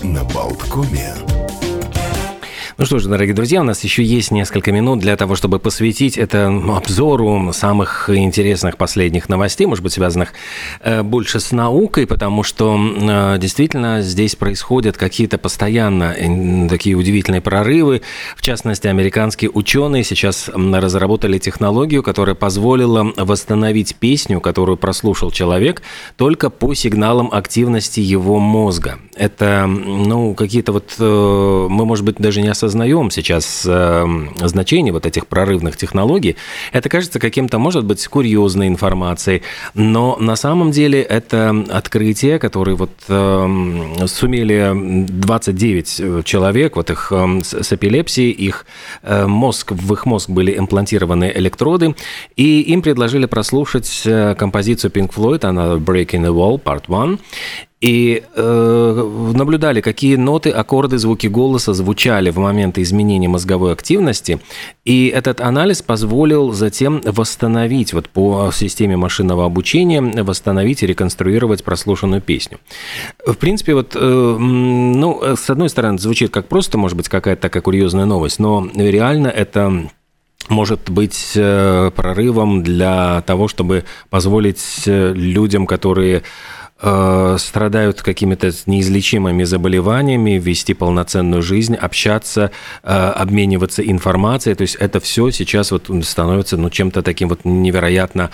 на Болткоме. Ну что ж, дорогие друзья, у нас еще есть несколько минут для того, чтобы посвятить это обзору самых интересных последних новостей, может быть, связанных больше с наукой, потому что действительно здесь происходят какие-то постоянно такие удивительные прорывы. В частности, американские ученые сейчас разработали технологию, которая позволила восстановить песню, которую прослушал человек, только по сигналам активности его мозга. Это, какие-то мы, может быть, даже не осознаем сейчас значение вот этих прорывных технологий. Это кажется каким-то, может быть, курьезной информацией, но на самом деле это открытие, которое сумели 29 человек, их с эпилепсией, в их мозг были имплантированы электроды, и им предложили прослушать композицию Pink Floyd, она Breaking the Wall, Part 1, и наблюдали, какие ноты, аккорды, звуки голоса звучали в момент изменения мозговой активности. И этот анализ позволил затем восстановить, по системе машинного обучения, восстановить и реконструировать прослушанную песню. В принципе, с одной стороны, звучит как просто, может быть, какая-то такая курьезная новость, но реально это может быть прорывом для того, чтобы позволить людям, которые страдают какими-то неизлечимыми заболеваниями, вести полноценную жизнь, общаться, обмениваться информацией. То есть это все сейчас становится чем-то таким невероятно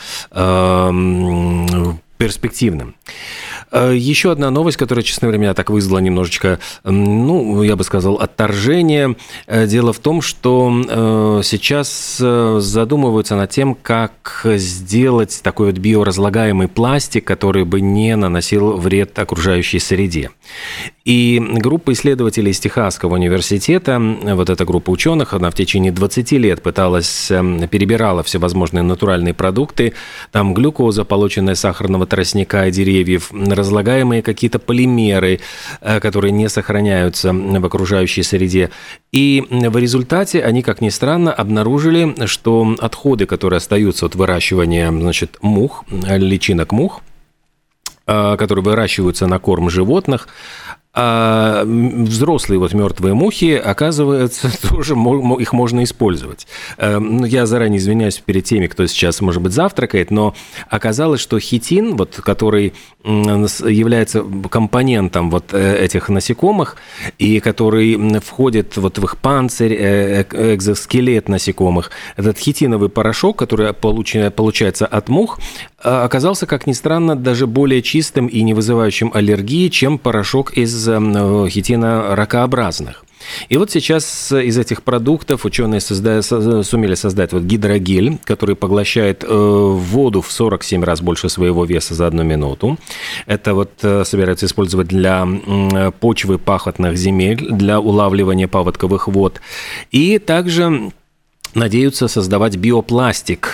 перспективным. Еще одна новость, которая, честно говоря, меня так вызвала немножечко, я бы сказал, отторжение. Дело в том, что сейчас задумываются над тем, как сделать такой биоразлагаемый пластик, который бы не наносил вред окружающей среде. И группа исследователей из Техасского университета, эта группа ученых, она в течение 20 лет перебирала всевозможные натуральные продукты, там глюкоза, полученная с сахарного тростника и деревьев, разлагаемые какие-то полимеры, которые не сохраняются в окружающей среде. И в результате они, как ни странно, обнаружили, что отходы, которые остаются от выращивания, мух, личинок мух, которые выращиваются на корм животных, а взрослые мертвые мухи, оказывается, тоже их можно использовать. Я заранее извиняюсь перед теми, кто сейчас, может быть, завтракает, но оказалось, что хитин, который является компонентом этих насекомых, и который входит в их панцирь, экзоскелет насекомых, этот хитиновый порошок, который получается от мух, оказался, как ни странно, даже более чистым и не вызывающим аллергии, чем порошок из хитина ракообразных. И сейчас из этих продуктов ученые сумели создать гидрогель, который поглощает воду в 47 раз больше своего веса за 1 минуту. Это собираются использовать для почвы пахотных земель, для улавливания паводковых вод. И также надеются создавать биопластик,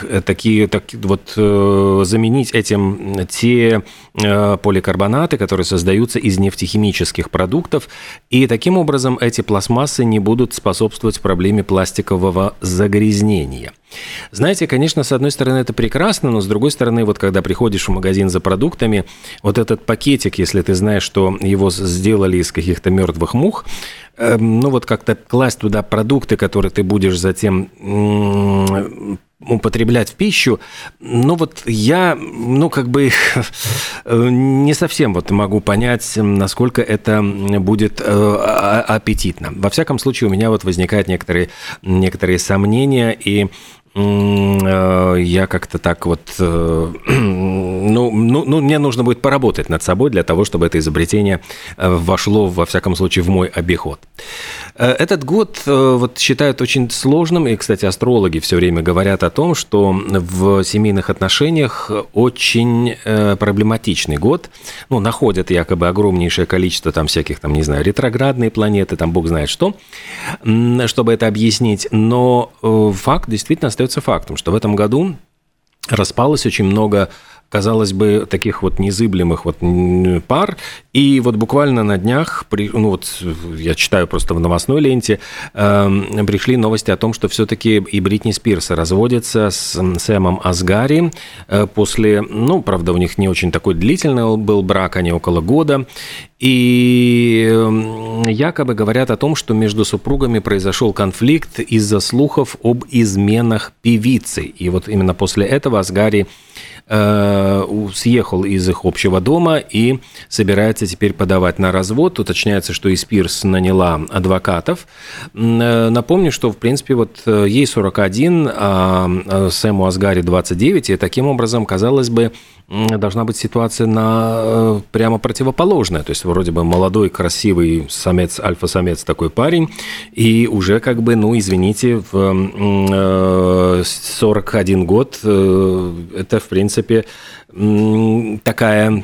заменить этим те поликарбонаты, которые создаются из нефтехимических продуктов, и таким образом эти пластмассы не будут способствовать проблеме пластикового загрязнения. Знаете, конечно, с одной стороны это прекрасно, но с другой стороны, когда приходишь в магазин за продуктами, этот пакетик, если ты знаешь, что его сделали из каких-то мертвых мух, как-то класть туда продукты, которые ты будешь затем употреблять в пищу, я, не совсем могу понять, насколько это будет аппетитно. Во всяком случае, у меня возникают некоторые сомнения, и я как-то так мне нужно будет поработать над собой для того, чтобы это изобретение вошло, во всяком случае, в мой обиход. Этот год считают очень сложным, и, кстати, астрологи все время говорят о том, что в семейных отношениях очень проблематичный год. Находят якобы огромнейшее количество всяких, ретроградные планеты, бог знает что, чтобы это объяснить, но факт действительно остается фактом, что в этом году распалось очень много казалось бы, таких вот незыблемых вот пар. И вот буквально на днях, я читаю просто в новостной ленте, пришли новости о том, что все-таки и Бритни Спирс разводится с Сэмом Асгари после, правда, у них не очень такой длительный был брак, они около года. И якобы говорят о том, что между супругами произошел конфликт из-за слухов об изменах певицы. И вот именно после этого Асгари съехал из их общего дома и собирается теперь подавать на развод. Уточняется, что и Спирс наняла адвокатов. Напомню, что, в принципе, вот ей 41, а Сэму Асгари 29, и таким образом, казалось бы, должна быть ситуация прямо противоположная. То есть вроде бы молодой, красивый самец, альфа-самец такой парень, и уже извините, в 41 год это, в принципе, такая...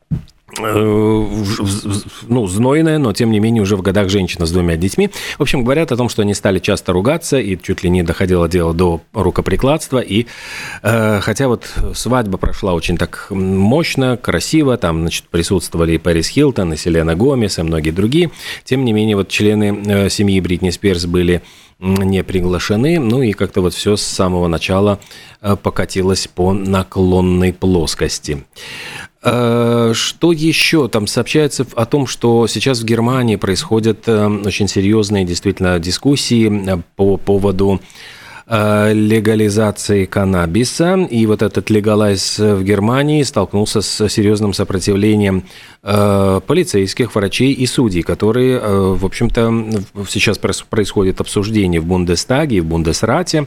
знойная, но тем не менее уже в годах женщина с 2 детьми. В общем, говорят о том, что они стали часто ругаться, и чуть ли не доходило дело до рукоприкладства. И хотя вот свадьба прошла очень так мощно, красиво, там, присутствовали и Пэрис Хилтон, и Селена Гомес, и многие другие. Тем не менее, вот члены семьи Бритни Спирс были не приглашены, и как-то вот все с самого начала покатилось по наклонной плоскости. Что еще? Там сообщается о том, что сейчас в Германии происходят очень серьезные действительно дискуссии по поводу легализации каннабиса. И вот этот легалайз в Германии столкнулся с серьезным сопротивлением полицейских, врачей и судей, которые, в общем-то, сейчас происходит обсуждение в Бундестаге и в Бундесрате.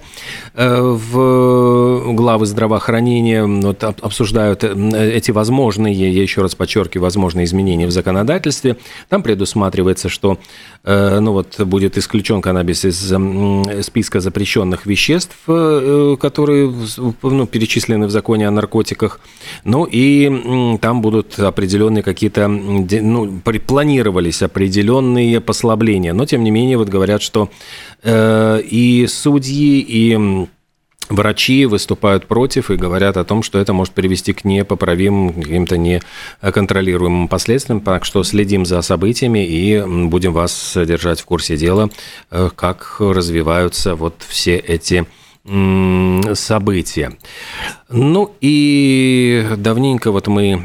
В главы здравоохранения обсуждают эти возможные, я еще раз подчеркиваю, возможные изменения в законодательстве. Там предусматривается, что будет исключен каннабис из списка запрещенных веществ, которые перечислены в законе о наркотиках. И там будут определенные какие-то, планировались определенные послабления. Но, тем не менее, вот говорят, что и судьи, и врачи выступают против и говорят о том, что это может привести к непоправимым, каким-то неконтролируемым последствиям. Так что следим за событиями и будем вас держать в курсе дела, как развиваются вот все эти события. И давненько вот мы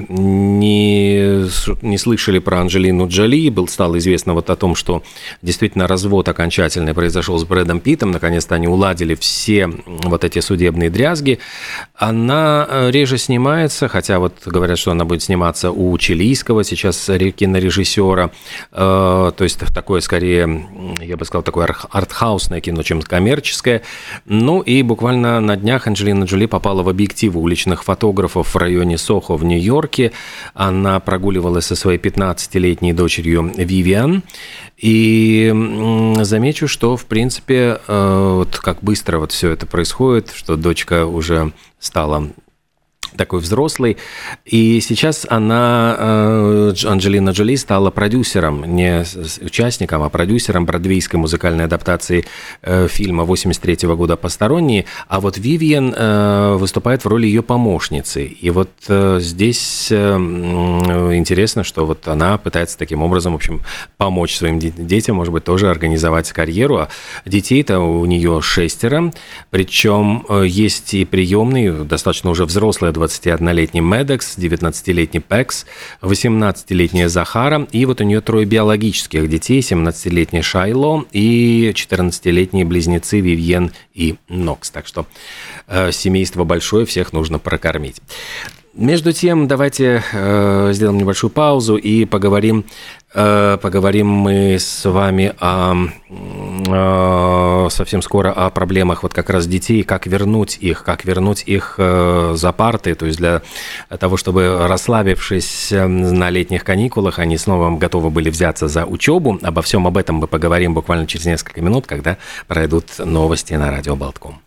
не слышали про Анджелину Джоли. Стало известно вот о том, что действительно развод окончательный произошел с Брэдом Питтом. Наконец-то они уладили все вот эти судебные дрязги. Она реже снимается, хотя вот говорят, что она будет сниматься у чилийского сейчас кинорежиссера. То есть такое скорее, я бы сказал, такое артхаусное кино, чем коммерческое. И буквально на днях Анджелина Джоли попала в объективы уличных фотографов в районе Сохо в Нью-Йорке. Она прогуливалась со своей 15-летней дочерью Вивиан. И замечу, что, в принципе, вот как быстро вот все это происходит, что дочка уже стала такой взрослый. И сейчас Анджелина Джоли стала продюсером, не участником, а продюсером бродвейской музыкальной адаптации фильма 1983 года «Посторонние». А вот Вивиан выступает в роли ее помощницы. И вот здесь интересно, что вот она пытается таким образом, в общем, помочь своим детям, может быть, тоже организовать карьеру. А детей-то у нее 6, причем есть и приемный, достаточно уже взрослая 21-летний Медекс, 19-летний Пекс, 18-летняя Захара, и вот у нее 3 биологических детей, 17-летний Шайло и 14-летние близнецы Вивьен и Нокс. Так что семейство большое, всех нужно прокормить. Между тем, давайте сделаем небольшую паузу и поговорим мы с вами совсем скоро о проблемах вот как раз детей, как вернуть их за парты, то есть для того, чтобы, расслабившись на летних каникулах, они снова готовы были взяться за учебу. Обо всем об этом мы поговорим буквально через несколько минут, когда пройдут новости на радио Болтком.